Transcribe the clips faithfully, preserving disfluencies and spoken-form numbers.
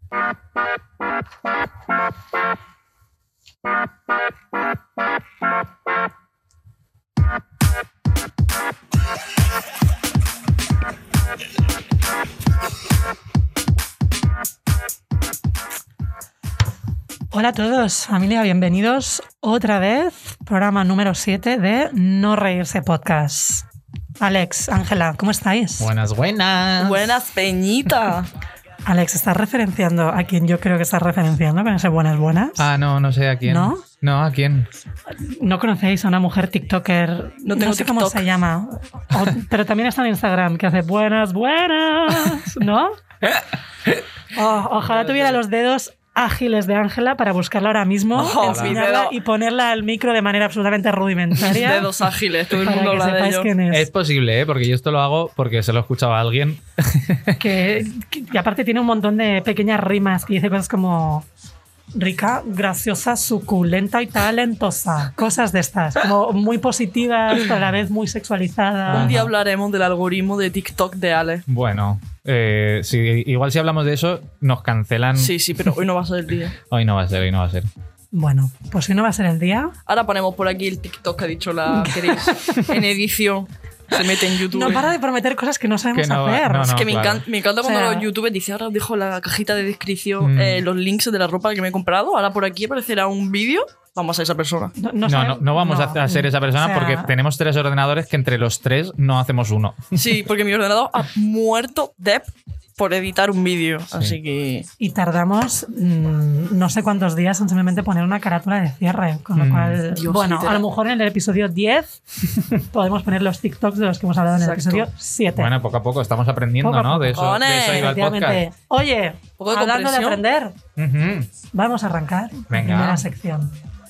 Hola a todos, familia, bienvenidos otra vez, programa número siete de No Reírse Podcast. Alex, Ángela, ¿cómo estáis? Buenas, buenas. Buenas, Peñita. Alex, ¿estás referenciando a quien yo creo que estás referenciando con ese buenas, buenas? Ah, no, no sé a quién. ¿No? No, ¿a quién? ¿No conocéis a una mujer tiktoker? No tengo sé TikTok. cómo se llama, o, pero también está en Instagram, que hace buenas, buenas, ¿no? Oh, ojalá tuviera los dedos ágiles de Ángela para buscarla ahora mismo, Oh, enseñarla mi y ponerla al micro de manera absolutamente rudimentaria. Dedos ágiles, todo el Para mundo que habla de sepáis ello. quién es. Es posible, ¿eh? Porque yo esto lo hago porque se lo escuchaba a alguien. Que, que- y aparte tiene un montón de pequeñas rimas que dice cosas como rica, graciosa, suculenta y talentosa. Cosas de estas, como muy positivas, pero a la vez muy sexualizadas. Un día hablaremos del algoritmo de TikTok de Ale. Bueno, eh, sí, igual si hablamos de eso, nos cancelan. Sí, sí, pero hoy no va a ser el día. Hoy no va a ser, hoy no va a ser. Bueno, pues hoy no va a ser el día. Ahora ponemos por aquí el TikTok que ha dicho la Cris en edición. Se mete en YouTube. No para de prometer cosas que no sabemos Que no, hacer. no, Es no. que me, claro. encanta, me encanta cuando O sea- los youtubers dicen, ahora os dejo en la cajita de descripción Mm. eh, los links de la ropa que me he comprado. Ahora por aquí aparecerá un vídeo. Vamos a esa persona. No, No, sabemos- no, no vamos no. a a ser esa persona O sea, porque tenemos tres ordenadores que entre los tres no hacemos uno. Sí, porque mi ordenador ha muerto de por editar un vídeo. Así que... Y tardamos mmm, no sé cuántos días en simplemente poner una carátula de cierre. Con lo Mm. cual, Dios, bueno, literal. a lo mejor en el episodio diez podemos poner los TikToks de los que hemos hablado en el Exacto. episodio siete. Bueno, poco a poco estamos aprendiendo, Poco a ¿no? poco. De eso, ¡Ole! de eso iba el podcast. Efectivamente. Oye, Poco de hablando de comprensión. aprender, Ujú. vamos a arrancar la Venga. primera sección.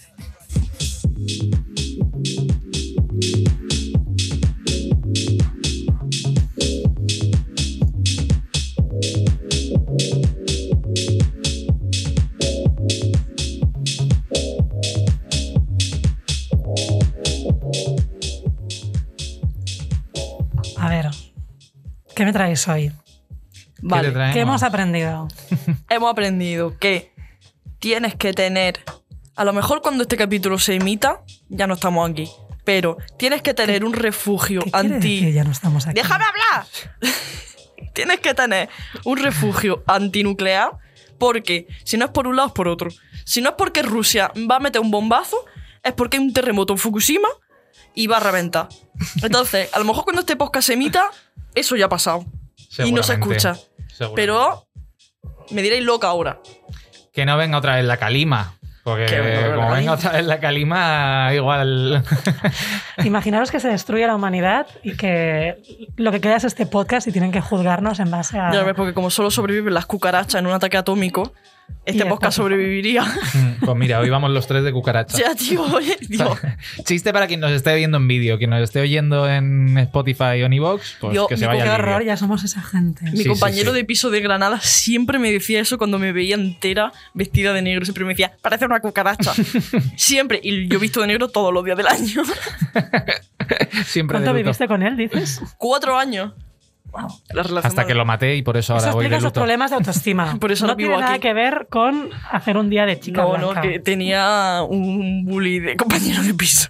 A ver, ¿qué me traéis hoy? Vale. te traemos? ¿Qué hemos aprendido? Hemos aprendido que tienes que tener, a lo mejor cuando este capítulo se emita, ya no estamos aquí, pero tienes que tener un refugio ¿Qué quiere anti... decir ya no estamos aquí? ¡Déjame hablar! Tienes que tener un refugio antinuclear porque si no es por un lado es por otro. Si no es porque Rusia va a meter un bombazo, es porque hay un terremoto en Fukushima y va a reventar. Entonces, a lo mejor cuando este podcast se emita, eso ya ha pasado. Y no se Seguramente. escucha. Seguramente. Pero me diréis loca ahora. Que no venga otra vez la calima. Porque Que venga la como venga calima. otra vez la calima, igual. Imaginaros que se destruye la humanidad y que lo que queda es este podcast y tienen que juzgarnos en base a... Ya ves, porque como solo sobreviven las cucarachas en un ataque atómico, este Y podcast está. sobreviviría. Pues mira, hoy vamos los tres de cucaracha. Ya, tío, oye, Dios. Chiste para quien nos esté viendo en vídeo, quien nos esté oyendo en Spotify o en iVoox, pues Dios, que se mi vaya Qué al horror, vídeo. ya somos esa gente. Mi Sí, sí, compañero sí. de piso de Granada siempre me decía eso cuando me veía entera vestida de negro. Siempre me decía, parece una cucaracha. Siempre. Y yo he visto de negro todos los días del año. Siempre de ¿Cuánto luto. viviste con él, dices? Cuatro años. Wow. La relación Hasta de- que lo maté y por eso ahora Eso voy de explica sus luto. problemas de autoestima. Por eso no no vivo tiene nada aquí. que ver con hacer un día de chica No, blanca. no, que tenía un bully de compañero de piso.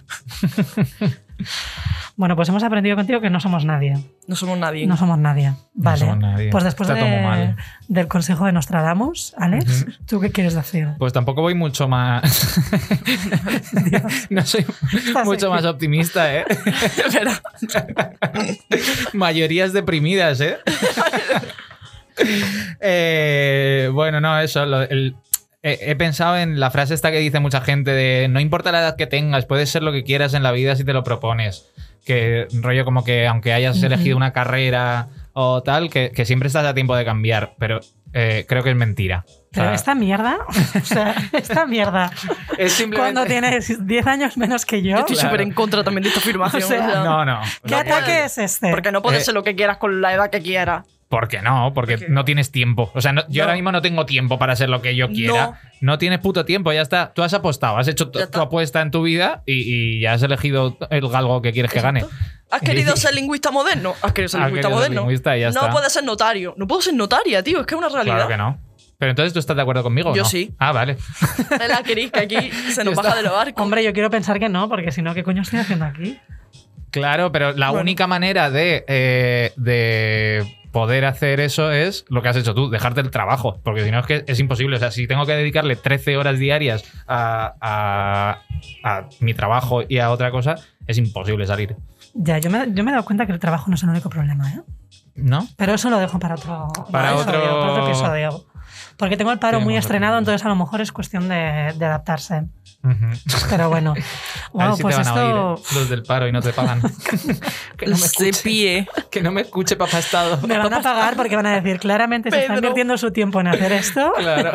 Bueno, pues hemos aprendido contigo que no somos nadie. No somos nadie. No somos nadie. Vale. somos nadie. Pues después Está todo de- mal. del consejo de Nostradamus, Alex, Ujú. ¿tú qué quieres decir? Pues tampoco voy mucho más. No soy mucho así. más optimista, ¿eh? Espera. Mayorías deprimidas, ¿eh? Eh, bueno, no, eso. lo- el- he, he pensado en la frase esta que dice mucha gente de no importa la edad que tengas, puedes ser lo que quieras en la vida si te lo propones. Que rollo como que aunque hayas Ujú. elegido una carrera o tal, que, que siempre estás a tiempo de cambiar. Pero eh, creo que es mentira. O Pero sea, esta mierda, o sea, esta mierda, es simplemente... cuando tienes diez años menos que yo, Yo estoy Claro. súper en contra también de esta afirmación. O sea, o sea, No, no. ¿qué no ataque puedes. es este? Porque no puedes Eh, ser lo que quieras con la edad que quieras. ¿Por qué no? Porque Porque- no tienes tiempo. O sea, no- yo No. ahora mismo no tengo tiempo para ser lo que yo quiera. No, tienes puto tiempo, ya está. Tú has apostado, has hecho tu, Ya está. tu apuesta en tu vida y, y ya has elegido el galgo que quieres que gane. ¿Has querido ser lingüista moderno? ¿Has querido ser Has lingüista querido ser moderno? lingüista y ya no está. puedes ser notario. No puedo ser notaria, tío. Es que es una realidad. Claro que no. Pero entonces tú estás de acuerdo conmigo, ¿o Yo no? sí. Ah, vale. Es la queréis que aquí se nos baja de los barcos. Hombre, yo quiero pensar que no, porque si no, ¿qué coño estoy haciendo aquí? Claro, pero la Bueno. única manera de, eh, de poder hacer eso es lo que has hecho tú, dejarte el trabajo. Porque si no es que es imposible. O sea, si tengo que dedicarle trece horas diarias a, a- a mi trabajo y a otra cosa, es imposible salir. Ya, yo me, yo me he dado cuenta que el trabajo no es el único problema, ¿eh? ¿No? Pero eso lo dejo para otro, Para episodio, otro- para otro episodio. Porque tengo el paro muy Tenemos estrenado, otro. entonces a lo mejor es cuestión de, de adaptarse. Ujú. Pero bueno. A ver Wow, si pues te van esto. a oír, ¿eh? Los del paro y no te pagan. que, no me Se escuche, pie. que no me escuche, papá Estado. Me van a pagar porque van a decir claramente se está Pedro. invirtiendo su tiempo en hacer esto. Claro.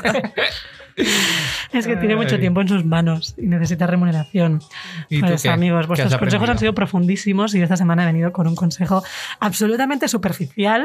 Es que tiene mucho Ay. tiempo en sus manos y necesita remuneración. ¿Y tú Pues qué? amigos, ¿Qué vuestros has consejos aprendido? han sido profundísimos y esta semana he venido con un consejo absolutamente superficial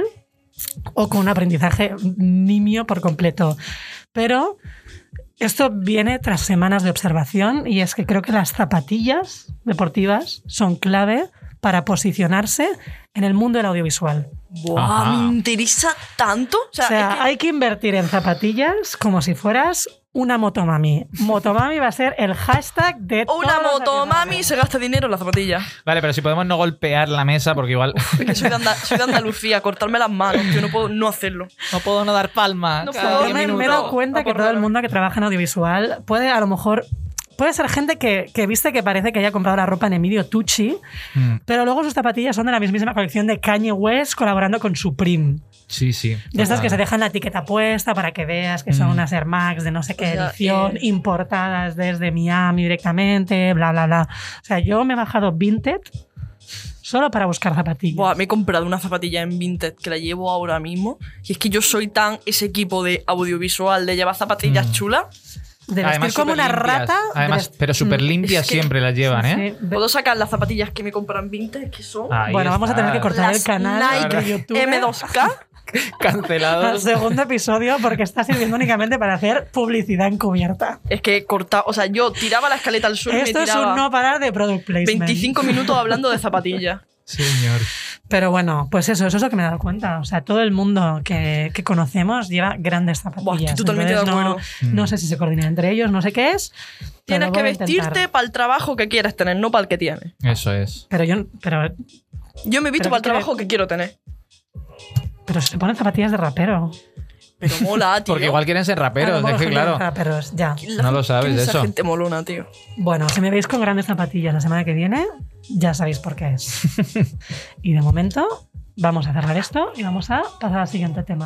o con un aprendizaje nimio por completo. Pero esto viene tras semanas de observación y es que creo que las zapatillas deportivas son clave para posicionarse en el mundo del audiovisual. Buah, Ajá. me interesa tanto. O sea, O sea, es que hay que invertir en zapatillas como si fueras una motomami. Motomami va a ser el hashtag de todos una los motomami episodios. se gasta dinero en las zapatillas. Vale, pero si podemos no golpear la mesa, porque igual Es que soy de, Anda- soy de Andalucía, cortarme las manos, tío, no puedo no hacerlo. no puedo no dar palma. No cada puedo, diez Yo me, me he minutos. dado cuenta a que por todo el nada. mundo que trabaja en audiovisual puede a lo mejor... Puede ser gente que, que viste que parece que haya comprado la ropa en Emilio Tucci, Mm, pero luego sus zapatillas son de la mismísima colección de Kanye West colaborando con Supreme. Sí, sí. De estas total. que se dejan la etiqueta puesta para que veas que son Mm. unas Air Max de no sé qué O sea, edición, eh, importadas desde Miami directamente, bla, bla, bla. O sea, yo me he bajado Vinted solo para buscar zapatillas. Buah, me he comprado una zapatilla en Vinted que la llevo ahora mismo. Y es que yo soy tan ese equipo de audiovisual de llevar zapatillas Mm. chulas. De vestir Además, como una superlimpias. rata. Además, de- pero súper limpias Es que- siempre las llevan, ¿eh? Sí, de- Puedo sacar las zapatillas que me compran Vinted, que son Ahí Bueno, vamos a tener que está. cortar el las canal Nike de YouTube. M dos K. Al Cancelado. segundo episodio porque está sirviendo únicamente para hacer publicidad encubierta. Es que he cortado, o sea, yo tiraba la escaleta al suelo y Esto me es tiraba un no parar de product placement. veinticinco minutos hablando de zapatillas. Señor. Pero bueno, pues eso, eso es lo que me he dado cuenta. O sea, todo el mundo que, que conocemos lleva grandes zapatillas. Buah, estoy totalmente Entonces, de no- acuerdo. No, sé si se coordinan entre ellos, no sé qué es. pero Tienes voy que a intentar. vestirte para el trabajo que quieres tener, no para el que tienes. Eso es. Pero yo, pero, Yo me he visto ¿Pero para el qué trabajo quieres? que quiero tener. pero se ponen zapatillas de rapero. Pero mola, tío. Porque igual quieren ser Ah, raperos, no, es que son claro. raperos, ya. La- no lo sabes ¿quién es de esa eso? gente molona, tío. Bueno, si me veis con grandes zapatillas la semana que viene, ya sabéis por qué es. Y de momento, vamos a cerrar esto y vamos a pasar al siguiente tema.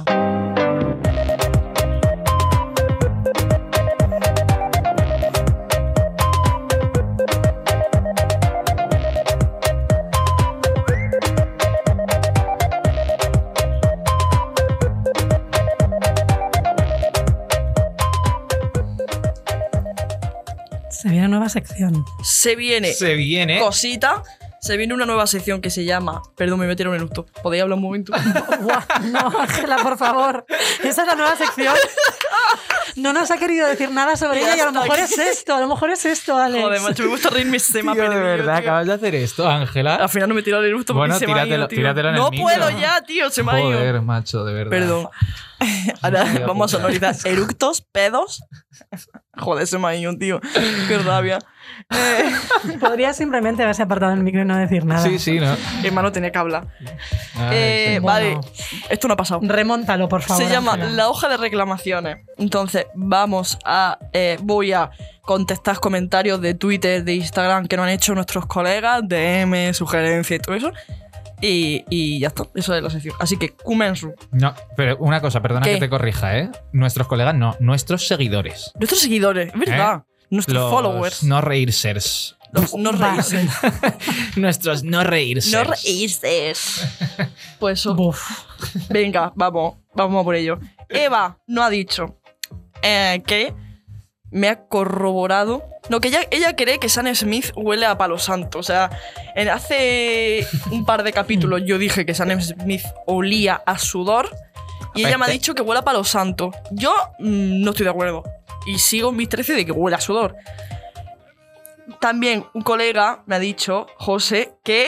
Se viene nueva sección. Se viene Se viene. cosita. Se viene una nueva sección que se llama. Perdón, me metieron en eructo. ¿Podéis hablar un momento? Guau, no, Ángela, por favor. Esa es la nueva sección. No nos ha querido decir nada sobre Ya ella y a lo está mejor aquí. es esto, a lo mejor es esto, Alex. Joder, macho, me gusta reírme, se me ha Tío, de perdido, verdad, tío. acabas de hacer esto, Ángela. Al final no me he tirado el eructo porque Bueno, se me ha tíratelo- ido, tío. tíratelo en el No micro. puedo ya, tío, se me ha ido. Joder, macho, de verdad. Perdón. Ahora Hostia vamos a puta. sonorizar eructos, pedos. Joder, se me ha ido, tío. Qué rabia. Eh, Podría simplemente haberse apartado el micro y no decir nada. Sí, sí, ¿no? hermano, tenía que hablar. Ay, Eh, sí. Vale, Bueno. esto no ha pasado. Remóntalo, por favor. Se llama Ángela. la hoja de reclamaciones. Entonces, vamos a. eh, voy a contestar comentarios de Twitter, de Instagram que nos han hecho nuestros colegas, D M, sugerencias y todo eso. Y, y ya está. Eso es la sección. Así que, Kumensu. No, pero una cosa, perdona ¿Qué? que te corrija, ¿eh? Nuestros colegas no, nuestros seguidores. Nuestros seguidores, es verdad. Nuestros Los followers. no reírsers. Los no reírse. Nuestros no reírsers. No reírse. Pues eso. Buf. Venga, vamos, vamos a por ello. Eva no ha dicho eh, que me ha corroborado. No, que ella, ella cree que Sam Smith huele a palo santo. O sea, en- hace un par de capítulos yo dije que Sam Smith olía a sudor y ella me ha Este. dicho que huele a palo santo. Yo mm, no estoy de acuerdo. Y sigo en mis trece de que huele a sudor. También un colega me ha dicho, José, que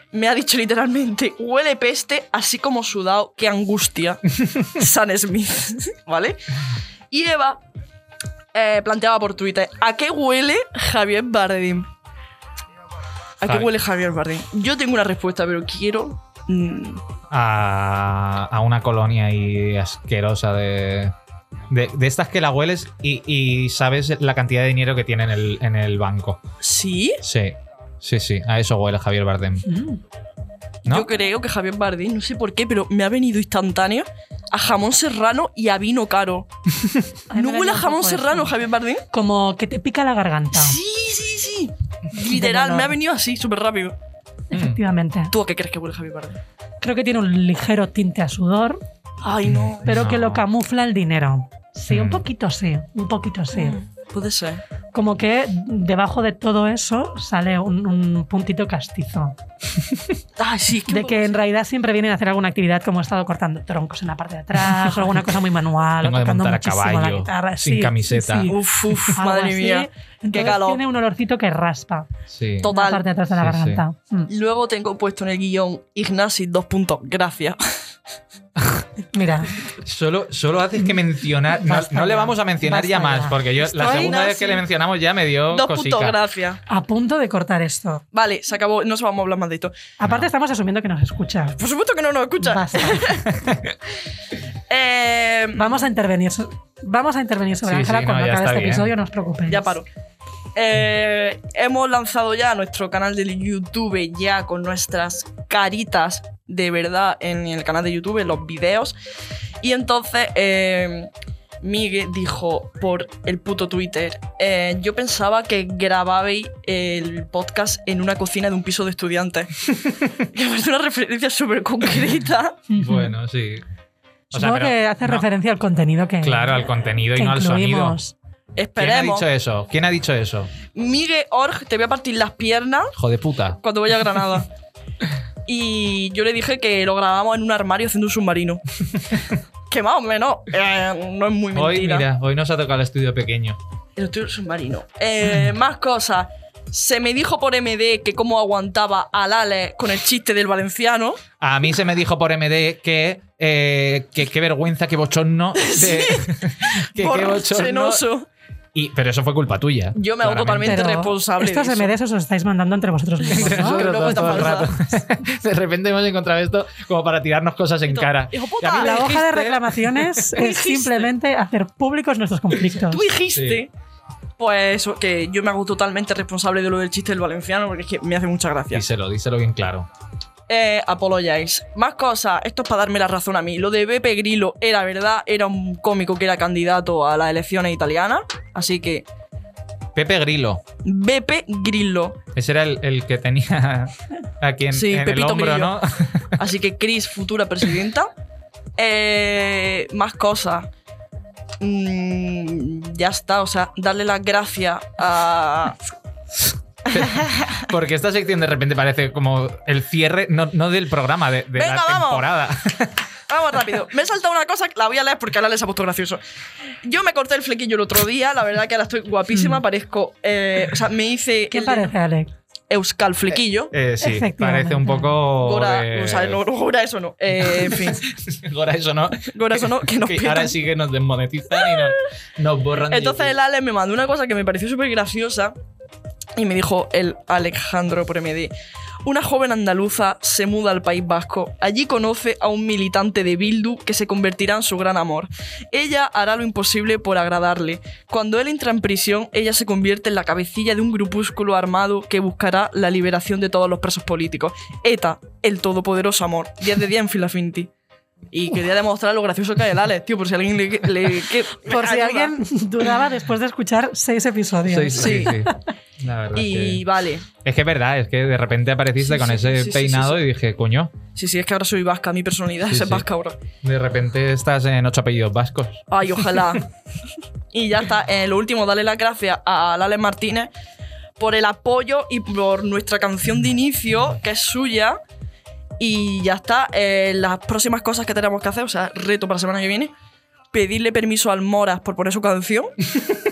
me ha dicho literalmente, huele peste, así como sudado, qué angustia. Sam Smith, ¿vale? Y Eva eh, planteaba por Twitter, ¿a qué huele Javier Bardem? ¿A qué Javi. huele Javier Bardem? Yo tengo una respuesta, pero quiero... mm, A, a una colonia ahí asquerosa de, de. De estas que la hueles y, y sabes la cantidad de dinero que tiene en el, en el banco. ¿Sí? Sí, sí, sí. A eso huele Javier Bardem. Mm. ¿No? Yo creo que Javier Bardem, no sé por qué, pero me ha venido instantáneo a jamón serrano y a vino caro. A mí ¿No me huele venía a un jamón poco serrano, eso. Javier Bardem? Como que te pica la garganta. Sí, sí, sí. Literal, dolor. me ha venido así, súper rápido. Efectivamente. ¿Tú a qué crees que huele Javier Bardem? Creo que tiene un ligero tinte a sudor, Ay, no. pero que No. lo camufla el dinero. Sí, un Mm. poquito sí, un poquito sí. Mm, Puede ser. Como que debajo de todo eso sale un, un puntito castizo. Ay, sí, es que De que en realidad siempre vienen a hacer alguna actividad como he estado cortando troncos en la parte de atrás o alguna cosa muy manual Vengo o de tocando montar a muchísimo la caballo, guitarra. sin Sí, camiseta. sí, sí. Uf, uf, Algo madre así. mía. Entonces calor. tiene un olorcito que raspa Sí. en Total. la parte de atrás de la Sí, sí. garganta. Mm. Luego tengo puesto en el guión Ignasi, dos puntos, gracias. Mira, Solo, solo haces que mencionar. No, Basta no le ya, vamos a mencionar ya basta más, ya. porque yo la Estoy segunda vez nazi. que le mencionamos ya me dio Dos puntos, cosica. gracias. a punto de cortar esto. Vale, se acabó, no se vamos a hablar más de esto. Aparte No. estamos asumiendo que nos escucha. Por supuesto que no nos escucha. Basta. Eh, Vamos a intervenir. so- Vamos a intervenir sobre Sí, Ángela sí, no, cuando ya acabe está este bien. episodio, no os preocupéis. Ya paro. Eh, hemos lanzado ya nuestro canal de YouTube ya con nuestras caritas de verdad en el canal de YouTube, en los vídeos. Y entonces eh, Miguel dijo por el puto Twitter, eh, yo pensaba que grababais el podcast en una cocina de un piso de estudiantes. Que me parece una referencia súper concreta. O Bueno, sí. O sea, Supongo pero que hace no. referencia al contenido que, Claro, al contenido que y no al sonido. incluimos. ¿Quién ha Esperemos. dicho eso? ¿Quién ha dicho eso? Miguel Org, te voy a partir las piernas Hijo de puta. cuando vaya a Granada. Y yo le dije que lo grabamos en un armario haciendo un submarino. Que más o menos eh, no es muy mentira. Hoy, mira, hoy nos ha tocado el estudio pequeño. El estudio submarino. Eh, más cosas. Se me dijo por M D que cómo aguantaba al Ale con el chiste del valenciano. A mí se me dijo por M D que eh, que qué vergüenza, qué bochorno. De, que qué Por bochorno. chenoso. Y, pero eso fue culpa tuya. Yo me hago claramente. totalmente Pero responsable estos de eso. M Ds os estáis mandando entre vosotros mismos, Entre ¿no? nosotros Luego dos está todo el rato. falsa. De repente hemos encontrado esto como para tirarnos cosas en Esto, cara. hijo Y a puta, mí me La hoja de dijiste- reclamaciones es dijiste. simplemente hacer públicos nuestros conflictos. Tú dijiste. Pues eso, que yo me hago totalmente responsable de lo del chiste del valenciano porque es que me hace mucha gracia. Díselo, díselo bien claro. Eh, apologize. Más cosas, esto es para darme la razón a mí. Lo de Beppe Grillo era verdad, era un cómico que era candidato a las elecciones italianas. Así que, Pepe Grillo. Beppe Grillo. Ese era el, el que tenía aquí en, Sí, en el Pepito hombro, Grillo. ¿no? Así que Chris, futura presidenta. Eh, más cosas. Mm, ya está, o sea, darle las gracias a. Porque esta sección de repente parece como el cierre, no, no del programa, de, de Venga, la vamos. temporada. Vamos rápido. Me he saltado una cosa, la voy a leer porque ahora les ha puesto gracioso. Yo me corté el flequillo el otro día, la verdad que ahora estoy guapísima, parezco. eh, o sea, me hice. ¿Qué el parece, Alex? Euskal flequillo. Eh, sí, Efectivamente. parece un poco. Gora, de- o sea, no, no, Gora eso no. Eh, en fin, Gora, eso no. Gora eso no, que nos Que petan. ahora sí que nos desmonetizan y nos, nos borran. de Entonces el YouTube. Ale me mandó una cosa que me pareció súper graciosa y me dijo el Alejandro por M D. Una joven andaluza se muda al País Vasco. Allí conoce a un militante de Bildu que se convertirá en su gran amor. Ella hará lo imposible por agradarle. Cuando él entra en prisión, ella se convierte en la cabecilla de un grupúsculo armado que buscará la liberación de todos los presos políticos. ETA, el todopoderoso amor. diez de diez en Filafinti. Y quería demostrar lo gracioso que es el Alex, tío, por si alguien le... le- que- Por si ayuda. alguien dudaba después de escuchar seis episodios. Sí, sí, sí. La verdad Y que- vale. Es que es verdad, es que de repente apareciste Sí, con sí, ese sí, sí, peinado sí, sí. y dije, coño, Sí, sí, es que ahora soy vasca, mi personalidad Sí, es sí. vasca ahora. de repente estás en ocho apellidos vascos. Ay, ojalá. Y ya está. Eh, lo último, darle las gracias a Lale Martínez por el apoyo y por nuestra canción de inicio, que es suya. Y ya está. Eh, las próximas cosas que tenemos que hacer, o sea, reto para la semana que viene, pedirle permiso al Moras por poner su canción.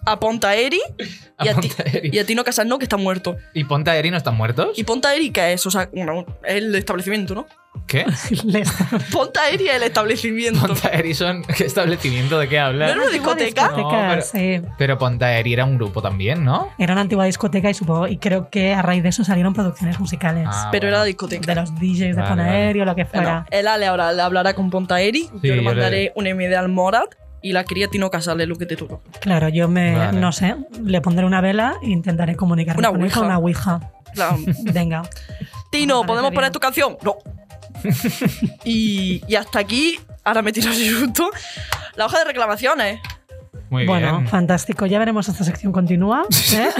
a Ponta Eri y A a, ti, Ponta Eri. y a Tino Casal, no, que está muerto. ¿Y Ponta Eri no están muertos? ¿Y Ponta Eri qué es? O sea, bueno, es el establecimiento, ¿no? ¿Qué? Les- Ponta Eri es el establecimiento. Ponta Eri son... ¿Qué establecimiento? ¿De qué ¿No hablas? era una discoteca? No, discoteca, pero- sí. Pero Ponta Eri era un grupo también, ¿no? Era una antigua discoteca y supongo, y creo que a raíz de eso salieron producciones musicales. Ah, Pero bueno. era la discoteca. De los D Js de Vale, Ponaeri o lo que Bueno, fuera. el Ale ahora le hablará con Ponta Eri. Sí, yo yo le le- mandaré un M D al Morat y la quería Tino Casal, es lo que te toca. Claro, yo me, Vale. no sé, le pondré una vela e intentaré comunicarme Una con él con ouija. una ouija. Claro. Venga. Tino, Me parece ¿podemos poner bien. tu canción? No. y, y hasta aquí, ahora me tiro así justo, la hoja de reclamaciones. Muy Bueno, bien. fantástico. Ya veremos si esta sección continúa. ¿eh?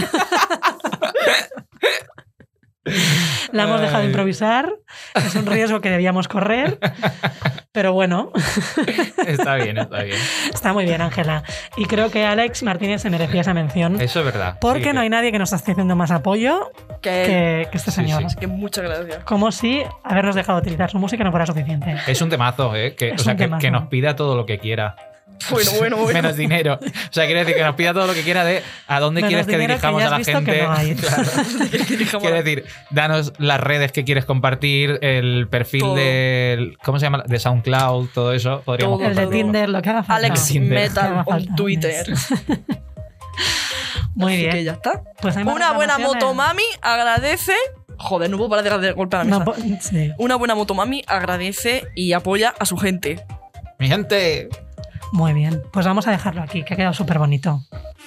La hemos dejado de Ay. improvisar. Es un riesgo que debíamos correr. Pero bueno, Está bien, está bien. está muy bien, Ángela. Y creo que Alex Martínez se merecía esa mención. Eso es verdad. Porque Sí, no hay nadie que nos esté haciendo más apoyo Que, que, que este Sí, señor. sí. es que muchas gracias. Como si habernos dejado utilizar su música no fuera suficiente. Es un temazo, ¿eh? Que, Es o sea, un que, temazo. que nos pida todo lo que quiera. Bueno, bueno, bueno. Menos dinero. O sea, quiere decir que nos pida todo lo que quiera de a dónde Menos quieres que dinero que dirijamos ya a la has visto que gente. no hay. Claro. Quiere decir, danos las redes que quieres compartir, el perfil Todo. del. ¿Cómo se llama? De SoundCloud, todo eso. Podríamos Todo. El de todo. Tinder, lo que haga falta. Alex Tinder. Metal Que haga on falta, Twitter. Muy Así bien. que ya está. Pues hay más Una buena reclamaciones. motomami agradece. Joder, no puedo parar de dar golpe a la mesa. No, po- sí. Una buena motomami agradece y apoya a su gente. Mi gente. Muy bien. Pues vamos a dejarlo aquí, que ha quedado súper bonito.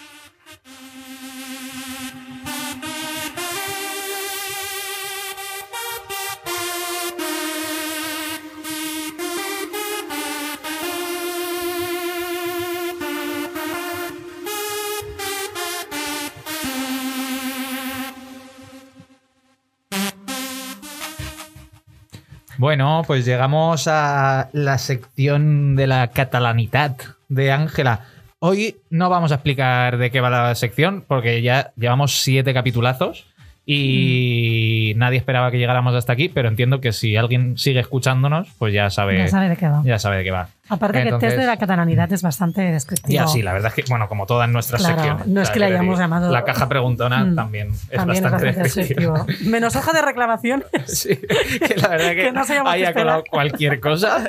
Bueno, pues llegamos a la sección de la catalanidad de Ángela. Hoy no vamos a explicar de qué va la sección, porque ya llevamos siete capitulazos y nadie esperaba que llegáramos hasta aquí, pero entiendo que si alguien sigue escuchándonos, pues ya sabe, Ya sabe de qué va. ya sabe de qué va. Aparte que el Entonces- test de la catalanidad es bastante descriptivo. Ya, sí, la verdad es que, bueno, como todas nuestras Claro, secciones. no es que la quiero hayamos llamado- La caja preguntona Mm, también es También bastante, es bastante descriptiva. descriptivo. Menos hoja de reclamaciones. Sí, que la verdad que, Que no sabíamos qué haya esperar. colado cualquier cosa.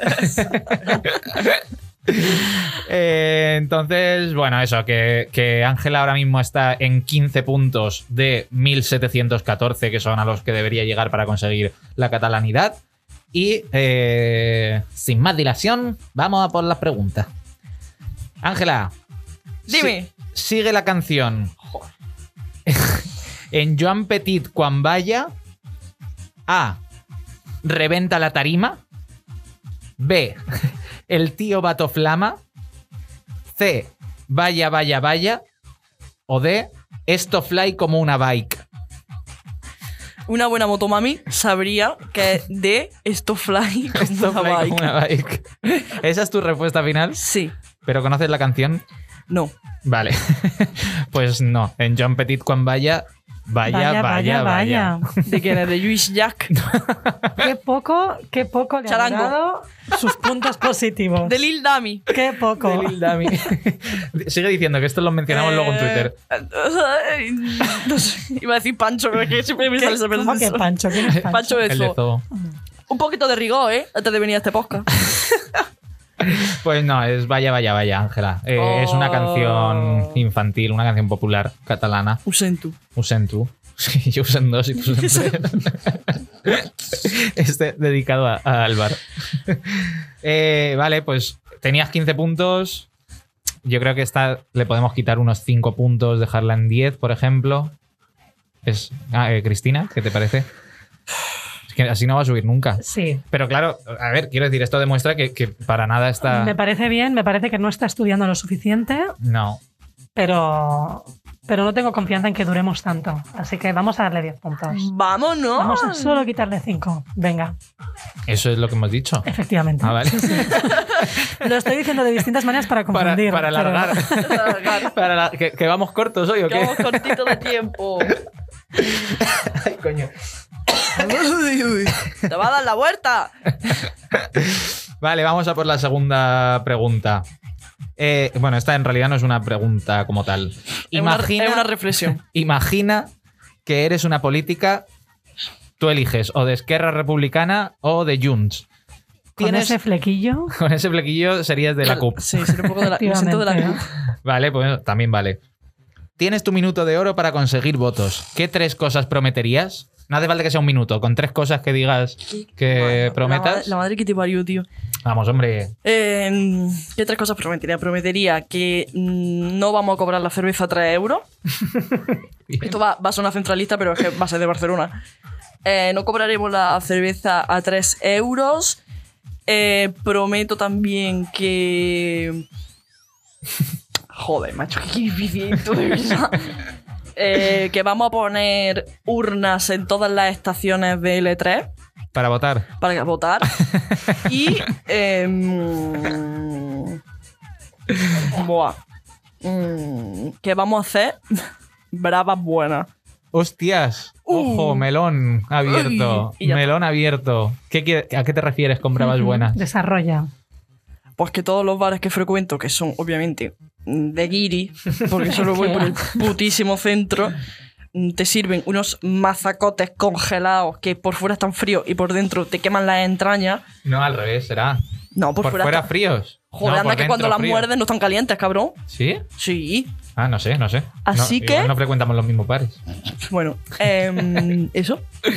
Eh, entonces, bueno, eso, que que Ángela ahora mismo está en quince puntos de mil setecientos catorce, que son a los que debería llegar para conseguir la catalanidad. Y eh, sin más dilación, vamos a por las preguntas. Ángela, Dime. si- sigue la canción. En Joan Petit quan vaya. A. Reventa la tarima. B. El tío Vato Flama. C. Vaya, vaya, vaya. O D. Esto fly como una bike. Una buena motomami sabría que de esto fly como Esto una fly bike. como una bike. ¿Esa es tu respuesta final? Sí. ¿Pero conoces la canción? No. Vale. Pues no. En Joan Petit quan vaya. Vaya, vaya, vaya. ¿De quién es? De Luis Jack. Qué poco, qué poco le han Charango. dado sus puntos positivos. De Lil Dami. Qué poco. De Lil Dami. Sigue diciendo que esto lo mencionamos luego en Twitter. Eh, no sé, iba a decir Pancho, pero es que siempre me sale ese ¿Cómo que personaje. Pancho? ¿Quién es Pancho? Pancho El de eso. Zoo. Un poquito de rigor, ¿eh? Antes de venir a este podcast. Pues no, es Vaya, vaya, vaya, Ángela. Eh, Oh. Es una canción infantil, una canción popular catalana. Ho sento. Ho sento. Sí, yo usen dos y tú usen tres. Este dedicado a, a Álvaro. Eh, vale, pues tenías quince puntos. Yo creo que esta le podemos quitar unos cinco puntos, dejarla en diez, por ejemplo. Es, ah, eh, Cristina, ¿qué te parece? Es que así no va a subir nunca. Sí. Pero claro, a ver, quiero decir, esto demuestra que, que para nada está... Me parece bien, me parece que no está estudiando lo suficiente, No. pero, pero no tengo confianza en que duremos tanto. Así que vamos a darle diez puntos. ¡Vámonos! Vamos a solo quitarle cinco. Venga, Eso es lo que hemos dicho. efectivamente. Ah, vale. Lo estoy diciendo de distintas maneras para Para, confundir. para pero- alargar. Alargar. Para la- que, que vamos cortos hoy, ¿o Que qué? vamos cortito de tiempo. Ay, coño. Uy, uy. ¡Te va a dar la vuelta! Vale, vamos a por la segunda pregunta. Eh, bueno, esta en realidad no es una pregunta como tal. Imagina, es una, es una reflexión. Imagina que eres una política, tú eliges o de Esquerra Republicana o de Junts. Con Tienes- ese flequillo. Con ese flequillo serías de la C U P. Sí, sí, un poco de la, me siento de la C U P. Vale, pues también vale. Tienes tu minuto de oro para conseguir votos. ¿Qué tres cosas prometerías? No hace falta que sea un minuto, con tres cosas que digas que Bueno, La prometas. madre, la madre que te parió, tío. Vamos, hombre. Eh, ¿Qué tres cosas prometería? Prometería que mm, no vamos a cobrar la cerveza a tres euros. Esto va, va a sonar centralista, pero es que va a ser de Barcelona. Eh, no cobraremos la cerveza a tres euros. Eh, prometo también que... Joder, macho, qué difícil esto de verdad. Eh, que vamos a poner urnas en todas las estaciones de L tres Para votar. para votar. Y... em, buah. Mm, que vamos a hacer bravas buenas. Hostias. Ojo, Uh. melón abierto. Uy, y ya Melón abierto. ¿Qué quiere- ¿A qué te refieres con bravas buenas? Desarrolla. Pues que todos los bares que frecuento, que son obviamente de guiri, porque solo voy por el putísimo centro, te sirven unos mazacotes congelados que por fuera están fríos y por dentro te queman las entrañas. No, al revés, será. No, por, Por fuera, fuera está- fríos. Joder, No, anda por que cuando dentro las fríos. muerdes no están calientes, cabrón. ¿Sí? Sí. Ah, no sé, no sé. Así No, que- igual no frecuentamos los mismos bares. Bueno, em, eso.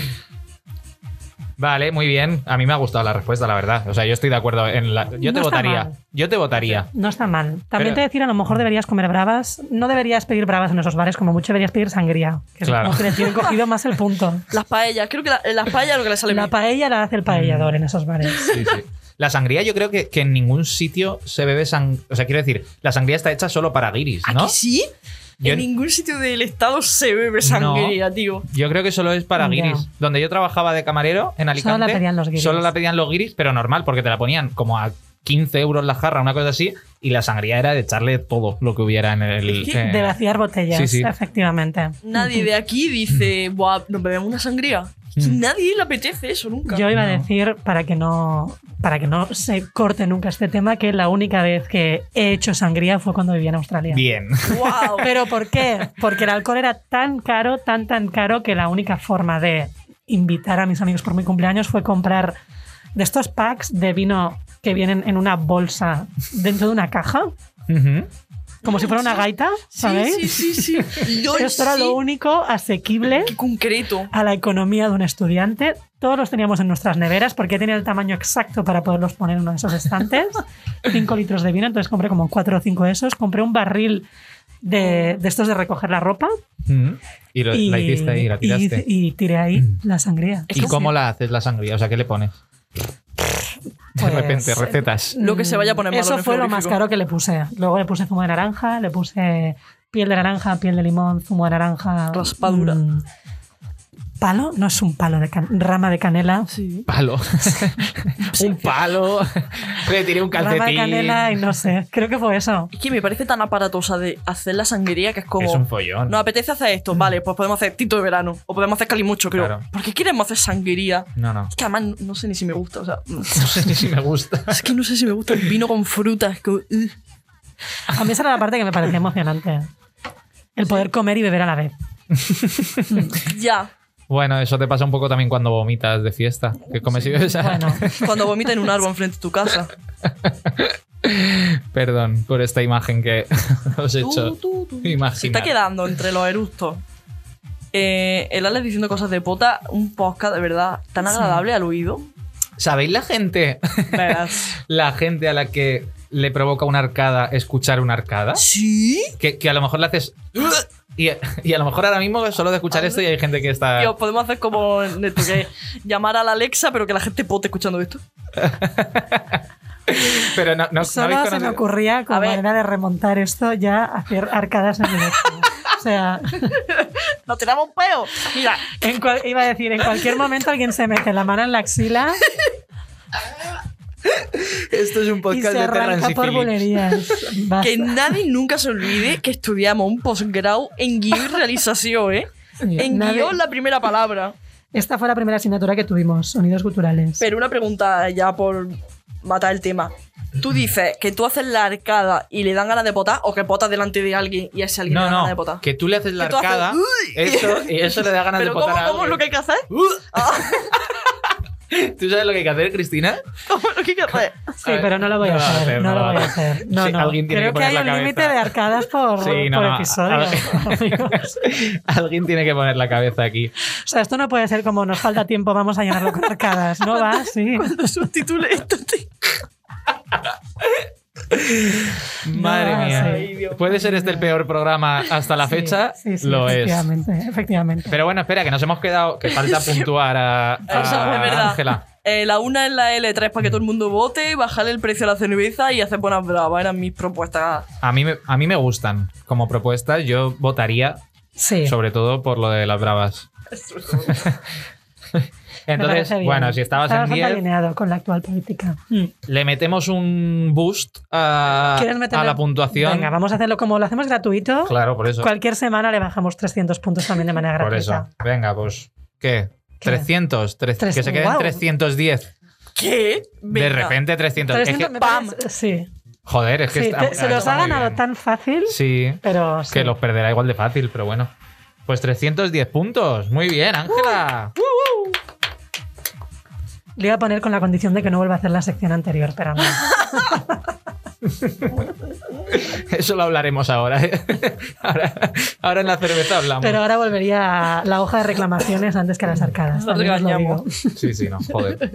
Vale, muy bien. A mí me ha gustado la respuesta, la verdad. O sea, yo estoy de acuerdo en la... Yo te No está votaría. mal. Yo te votaría. No está mal. También Pero- te decir, a lo mejor deberías comer bravas. No deberías pedir bravas en esos bares, como mucho deberías pedir sangría. Que es Claro. como que le tienen cogido más el punto. Las paellas. Creo que la- las paellas es lo que le sale La bien. paella la hace el paellador en esos bares. Sí, sí. La sangría yo creo que, que en ningún sitio se bebe sangría. O sea, quiero decir, la sangría está hecha solo para guiris, ¿no? ¿Aquí sí? Yo- En ningún sitio del estado se bebe sangría, tío. Yo creo que solo es para Ya. guiris. Donde yo trabajaba de camarero, en Alicante, la pedían los guiris. solo la pedían los guiris, pero normal, porque te la ponían como a quince euros la jarra, una cosa así, y la sangría era de echarle todo lo que hubiera en el... Es que eh, De vaciar botellas, Sí, sí. efectivamente. Nadie de aquí dice, buah, nos bebemos una sangría. Mm. Nadie le apetece eso nunca. Yo iba a No. decir, para que no para que no se corte nunca este tema, que la única vez que he hecho sangría fue cuando vivía en Australia. Bien. Wow. ¿Pero por qué? Porque el alcohol era tan caro, tan, tan caro, que la única forma de invitar a mis amigos por mi cumpleaños fue comprar de estos packs de vino que vienen en una bolsa dentro de una caja, Ujú. como si fuera una gaita, ¿sabéis? Sí, sí, sí, sí. Lol, Esto era sí. lo único asequible Qué concreto. a la economía de un estudiante. Todos los teníamos en nuestras neveras porque tenía el tamaño exacto para poderlos poner en uno de esos estantes. Cinco litros de vino, entonces compré como cuatro o cinco de esos. Compré un barril de, de estos de recoger la ropa Ujú. Y lo- y, la hiciste ahí, la y- tiraste. y tiré ahí la sangría. Es ¿Y que cómo sí. la haces la sangría? O sea, ¿qué le pones? De Pues, repente, recetas. Lo que se vaya a poner malo Eso en el fue lo más frigorífico. caro que le puse. Luego le puse zumo de naranja, le puse piel de naranja, piel de limón, zumo de naranja. Raspadura. mm, ¿Palo? No es un palo de can- rama de canela. Sí. Palo. Un palo. Le tiré un Rama de calcetín. canela y no sé. Creo que fue eso. Es que me parece tan aparatosa de hacer la sangría que es como... Es un follón. Nos apetece hacer esto, vale, pues podemos hacer tito de verano o podemos hacer calimucho, pero Claro. ¿por qué queremos hacer sangría? No, no. Es que además no, no sé ni si me gusta, o sea, No sé ni si me gusta. es que no sé si me gusta el vino con frutas. Como, uh. A mí esa era la parte que me parecía emocionante. El poder comer y beber a la vez. Ya, Bueno, eso te pasa un poco también cuando vomitas de fiesta. Que comes y bebes. Bueno, cuando vomita en un árbol enfrente de tu casa. Perdón por esta imagen que os he Tú, hecho. tú, tú. Se Imaginar. está quedando entre los eructos. Eh, el Alex diciendo cosas de pota, un podcast de verdad tan agradable al oído. ¿Sabéis la gente? Verás. La gente a la que le provoca una arcada escuchar una arcada. ¿Sí? Que, que a lo mejor le haces. Y, y a lo mejor ahora mismo solo de escuchar esto y hay gente que está. Tío, podemos hacer como en esto, que llamar a la Alexa, pero que la gente pote escuchando esto. Pero no, no, ¿no solo habéis se me conocido- ocurría como A ver. manera de remontar esto ya hacer arcadas en directo. O sea, ¡Nos tiramos un peo! Mira, en cual- iba a decir, en cualquier momento alguien se mete la mano en la axila Esto es un y podcast se de Terrence arranca y por Phillips. bulerías. Basta. que nadie nunca se olvide que estudiamos un posgrado en guión y realización, ¿eh? En Nadie- guión la primera palabra. Esta fue la primera asignatura que tuvimos, sonidos culturales. Pero una pregunta ya por matar el tema. Tú dices que tú haces la arcada y le dan ganas de potar, o que potas delante de alguien y a ese alguien No, le da ganas no, de potar. que tú le haces la Que tú haces, arcada, "Uy". eso, y eso le da ganas de Pero potar ¿cómo, a cómo es lo que hay alguien. que hacer? Ah, ¿Tú sabes lo que hay que hacer, Cristina? ¿Cómo es lo que hay que hacer? Sí, pero no lo voy a hacer. No lo voy a hacer. No, Sí, no. alguien tiene Creo que que poner hay la un cabeza. límite de arcadas por, Sí, no, por no, episodio. a- amigos. Alguien tiene que poner la cabeza aquí. O sea, esto no puede ser como nos falta tiempo, vamos a llenarlo con arcadas. No va, sí. Cuando subtitule esto, te... Madre No, mía. sí. ¿Puede ser este el peor programa hasta la Sí, fecha? sí, sí, Lo es. efectivamente, efectivamente. Pero bueno, espera, que nos hemos quedado. Que falta puntuar a Eso es a verdad. Ángela. Eh, la una es la L tres para que todo el mundo vote, bajarle el precio a la cerveza y hacer buenas bravas. Eran mis propuestas. A mí, me, a mí me gustan como propuestas. Yo votaría, Sí. sobre todo por lo de las bravas. Me Entonces, parece bien. bueno, si estabas Está en bastante diez, alineado con la actual política. Mm. le metemos un boost a, ¿Quieres meterle- a la puntuación. Venga, vamos a hacerlo como lo hacemos gratuito. Claro, por eso. Cualquier semana le bajamos trescientos puntos también de manera Por gratuita. eso. Venga, pues. ¿Qué? ¿Qué? trescientos. Tre- Tres- que se queden Guau. trescientos diez. ¿Qué? De Venga. repente trescientos. Es trescientos que- me ¡pam! parece- sí. joder, es que Sí, está, te- se los está ha muy ganado bien. tan fácil, Sí, pero sí. que los perderá igual de fácil, pero bueno. Pues trescientos diez puntos. Muy bien, Ángela. Le iba a poner con la condición de que no vuelva a hacer la sección anterior, pero no. Eso lo hablaremos ahora. ¿eh? ahora. Ahora en la cerveza hablamos. Pero ahora volvería a la hoja de reclamaciones antes que a las arcadas. Nos también os lo regañamos. digo. Sí, sí, no, joder.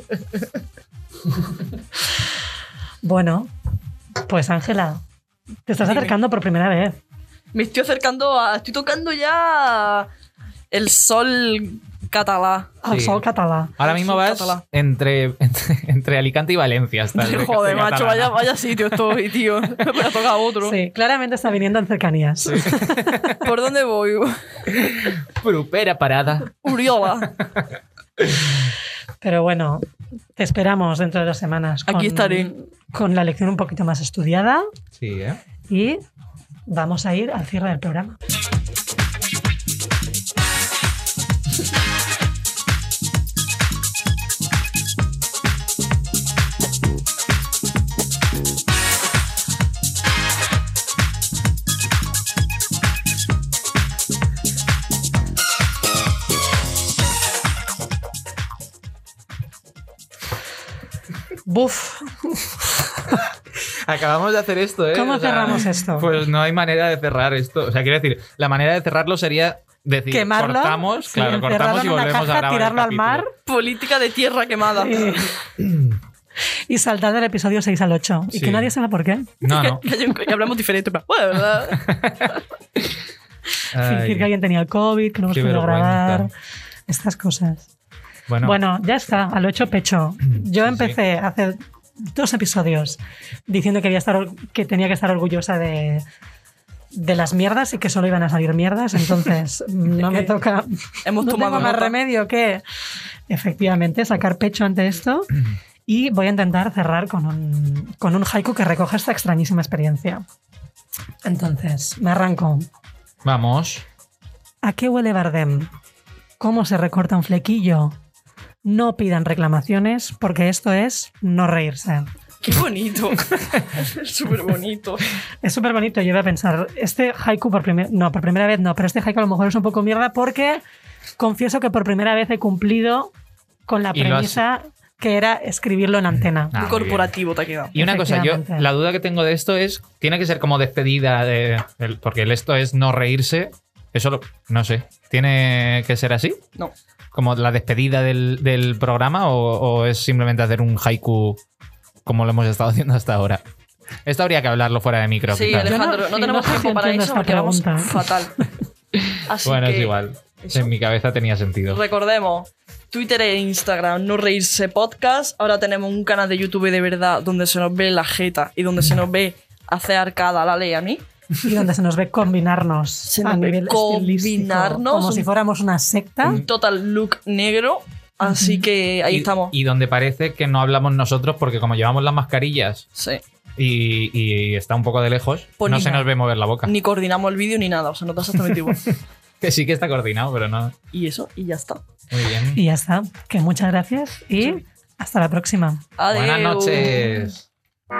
Bueno, pues Ángela, te estás Dime. acercando por primera vez. Me estoy acercando a. Estoy tocando ya. El sol catalá. Al Sí. sol catalá. Ahora mismo vas Catalá. entre, entre, entre Alicante y Valencia. Estás de- Joder, de macho, catalana. vaya, vaya sitio estoy, tío. Me ha tocado otro. Sí, claramente está viniendo en cercanías. ¿Por dónde voy? Propera parada. Uriola. Pero bueno, te esperamos dentro de dos semanas. Aquí estaré. Con la lección un poquito más estudiada Sí, ¿eh? y vamos a ir al cierre del programa. Buf, Acabamos de hacer esto, ¿eh? ¿cómo O sea, cerramos esto? Pues no hay manera de cerrar esto. O sea, quiero decir, la manera de cerrarlo sería decir, Quemarlo, cortamos, sí, claro, encerrarlo cortamos y en una volvemos caja, a grabar tirarlo el al mar. capítulo. Política de tierra quemada. Y, y saltar del episodio seis al ocho. Y Sí. que nadie sepa por qué. No, no. Que, que hay un- que hablamos diferente. en plan, bueno, ¿verdad? Fingir Ay, que alguien tenía el COVID, que no hemos qué podido vergüenza. grabar. Estas cosas. Bueno, Bueno, ya está, al ocho pecho. Yo Sí, empecé hace dos episodios diciendo que, había estar, or- que tenía que estar orgullosa de, de las mierdas y que solo iban a salir mierdas. Entonces, no me que toca. hemos no tomado tengo más nota. remedio que, efectivamente, sacar pecho ante esto. Y voy a intentar cerrar con un, con un haiku que recoge esta extrañísima experiencia. Entonces, me arranco. vamos. ¿A qué huele Bardem? ¿Cómo se recorta un flequillo? No pidan reclamaciones porque esto es no reírse. Qué bonito. Es súper bonito. Es súper bonito. Yo iba a pensar, este haiku por primera no, por primera vez no, pero este haiku a lo mejor es un poco mierda porque confieso que por primera vez he cumplido con la Y lo has- premisa que era escribirlo en antena. Ah, Muy muy corporativo te ha quedado. Y una cosa, yo Efectivamente. la duda que tengo de esto es, tiene que ser como despedida de, del- porque el esto es no reírse. Eso lo, no sé. ¿Tiene que ser así? No. ¿Como la despedida del, del programa o, o es simplemente hacer un haiku como lo hemos estado haciendo hasta ahora? Esto habría que hablarlo fuera de micro. Sí, quizás. Alejandro, Yo no- no, sí, tenemos no sé si tiempo para entiendo eso esta porque vamos pregunta. fatal. Así Bueno, que es igual. eso. En mi cabeza tenía sentido. recordemos, Twitter e Instagram, No Reírse Podcast. Ahora tenemos un canal de YouTube de verdad donde se nos ve la jeta y donde se nos ve hacer arcada a la ley a mí. Y donde se nos ve combinarnos Se a nos ve nivel estilístico, combinarnos como un- si fuéramos una secta. Un total look negro. Así que ahí y, estamos. Y donde parece que no hablamos nosotros porque como llevamos las mascarillas Sí. y, y está un poco de lejos, Pues no ni se nada. nos ve mover la boca. Ni coordinamos el vídeo ni nada. O sea, nos da exactamente igual. Que sí que está coordinado, pero no. Y eso, y ya está. Muy bien. Y ya está. Que muchas gracias y hasta la próxima. Adiós. Buenas noches.